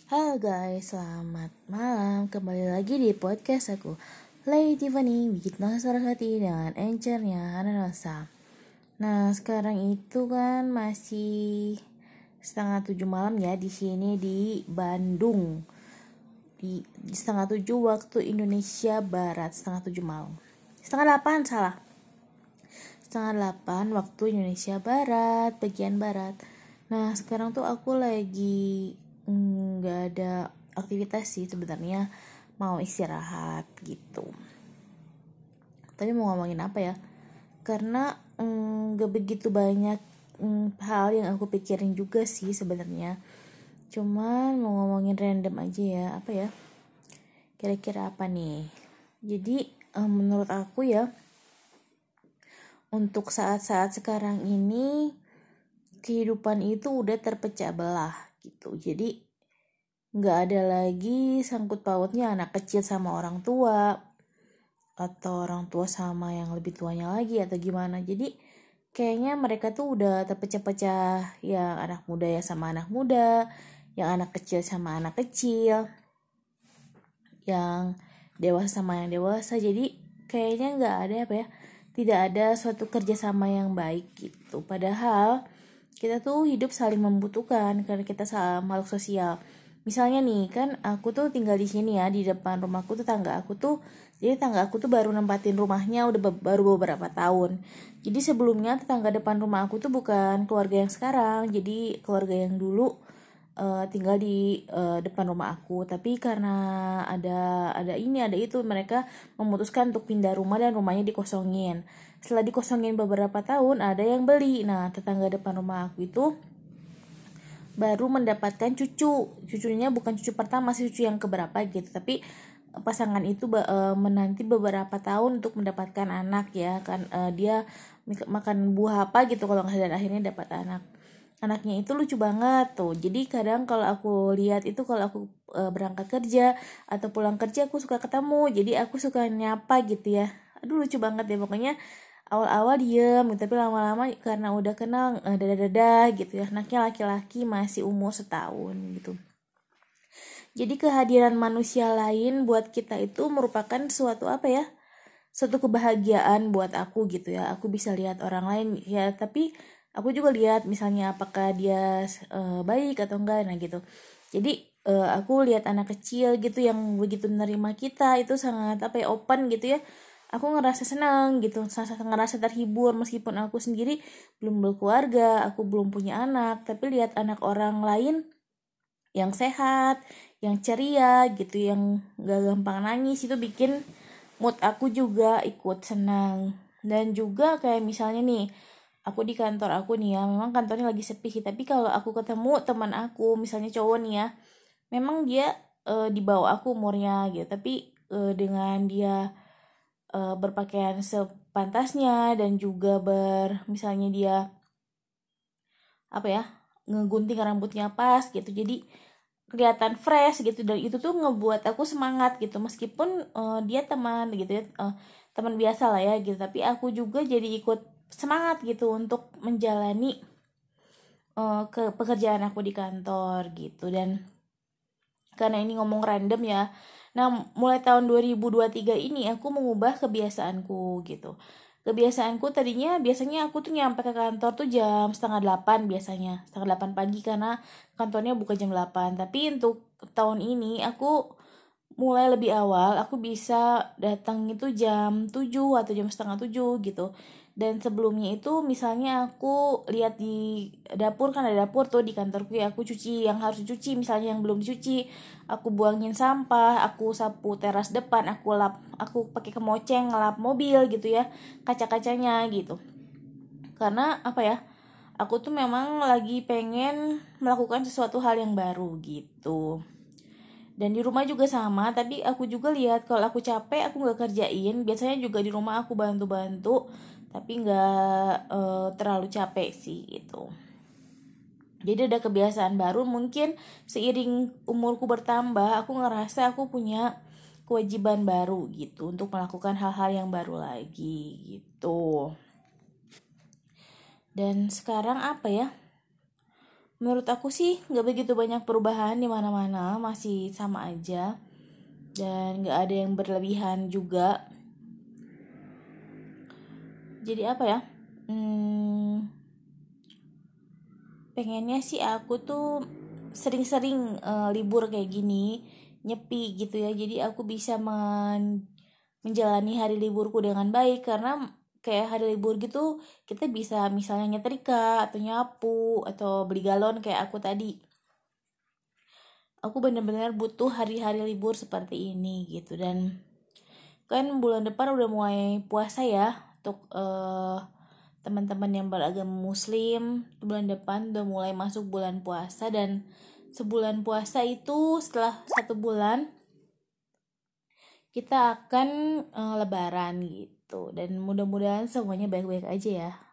Halo guys, selamat malam. Kembali lagi di podcast aku, Lady Tiffany, Wikit Saraswati dengan anchornya Hana Rosa. Nah, sekarang itu kan masih setengah 7 malam ya di sini di Bandung. Di setengah 7 waktu Indonesia Barat, setengah 7 malam. Setengah 8 salah. Setengah 8 waktu Indonesia Barat, bagian Barat. Nah, sekarang tuh aku lagi nggak ada aktivitas sih sebenarnya, mau istirahat gitu. Tapi mau ngomongin apa ya? Karena nggak begitu banyak hal yang aku pikirin juga sih sebenarnya. Cuman mau ngomongin random aja ya, apa ya? Kira-kira apa nih? Jadi menurut aku ya, untuk saat-saat sekarang ini kehidupan itu udah terpecah belah gitu. Jadi nggak ada lagi sangkut pautnya anak kecil sama orang tua atau orang tua sama yang lebih tuanya lagi atau gimana. Jadi kayaknya mereka tuh udah terpecah-pecah, yang anak muda ya sama anak muda, yang anak kecil sama anak kecil, yang dewasa sama yang dewasa. Jadi kayaknya nggak ada apa ya, tidak ada suatu kerjasama yang baik gitu. Padahal kita tuh hidup saling membutuhkan karena kita makhluk sosial. Misalnya nih kan aku tuh tinggal di sini ya, di depan rumahku tuh tangga aku tuh baru nempatin rumahnya udah baru beberapa tahun. Jadi sebelumnya tetangga depan rumah aku tuh bukan keluarga yang sekarang, jadi keluarga yang dulu tinggal di depan rumah aku. Tapi karena ada itu, mereka memutuskan untuk pindah rumah dan rumahnya dikosongin. Setelah dikosongin beberapa tahun, ada yang beli. Nah, tetangga depan rumah aku itu baru mendapatkan cucunya bukan cucu pertama sih, cucu yang keberapa gitu, tapi pasangan itu menanti beberapa tahun untuk mendapatkan anak ya kan. Dia makan buah apa gitu kalau nggak sadar, akhirnya dapat anaknya itu lucu banget tuh. Jadi kadang kalau aku lihat itu, kalau aku berangkat kerja atau pulang kerja, aku suka ketemu, jadi aku suka nyapa gitu ya. Aduh lucu banget ya pokoknya. Awal-awal diem tapi lama-lama karena udah kenal dadah-dadah gitu ya. Anaknya laki-laki, masih umur setahun gitu. Jadi kehadiran manusia lain buat kita itu merupakan suatu apa ya, suatu kebahagiaan buat aku gitu ya. Aku bisa lihat orang lain ya, tapi aku juga lihat misalnya apakah dia baik atau enggak, nah gitu. Jadi aku lihat anak kecil gitu yang begitu menerima kita, itu sangat apa ya, open gitu ya. Aku ngerasa senang gitu, ngerasa terhibur meskipun aku sendiri belum berkeluarga, aku belum punya anak, tapi lihat anak orang lain yang sehat, yang ceria gitu, yang gak gampang nangis, itu bikin mood aku juga ikut senang. Dan juga kayak misalnya nih, aku di kantor aku nih ya, memang kantornya lagi sepi, tapi kalau aku ketemu teman aku misalnya cowok nih ya, memang dia di bawah aku umurnya gitu, tapi dengan dia berpakaian sepantasnya dan juga misalnya dia apa ya, ngegunting rambutnya pas gitu, jadi kelihatan fresh gitu. Dan itu tuh ngebuat aku semangat gitu, meskipun dia teman gitu ya, teman biasa lah ya gitu, tapi aku juga jadi ikut semangat gitu untuk menjalani ke pekerjaan aku di kantor gitu. Dan karena ini ngomong random ya, nah mulai tahun 2023 ini aku mengubah kebiasaanku gitu. Kebiasaanku tadinya, biasanya aku tuh nyampe ke kantor tuh jam setengah 8 biasanya, setengah 8 pagi karena kantornya buka jam 8. Tapi untuk tahun ini aku mulai lebih awal, aku bisa datang itu jam 7 atau jam setengah 7 gitu. Dan sebelumnya itu misalnya aku lihat di dapur, kan ada dapur tuh di kantorku ya, aku cuci yang harus dicuci, misalnya yang belum dicuci, aku buangin sampah, aku sapu teras depan, aku pakai kemoceng ngelap mobil gitu ya, kaca-kacanya gitu. Karena apa ya, aku tuh memang lagi pengen melakukan sesuatu hal yang baru gitu. Dan di rumah juga sama, tapi aku juga lihat kalau aku capek aku nggak kerjain, biasanya juga di rumah aku bantu-bantu, tapi nggak terlalu capek sih gitu. Jadi ada kebiasaan baru, mungkin seiring umurku bertambah aku ngerasa aku punya kewajiban baru gitu untuk melakukan hal-hal yang baru lagi gitu. Dan sekarang apa ya, menurut aku sih nggak begitu banyak perubahan di mana-mana, masih sama aja dan nggak ada yang berlebihan juga. Jadi apa ya, pengennya sih aku tuh sering-sering libur kayak gini, nyepi gitu ya, jadi aku bisa menjalani hari liburku dengan baik. Karena kayak hari libur gitu kita bisa misalnya nyetrika atau nyapu atau beli galon kayak aku tadi. Aku benar-benar butuh hari-hari libur seperti ini gitu. Dan kan bulan depan udah mulai puasa ya, untuk teman-teman yang beragama muslim. Bulan depan udah mulai masuk bulan puasa, dan sebulan puasa itu setelah 1 bulan kita akan lebaran gitu. Dan mudah-mudahan semuanya baik-baik aja ya.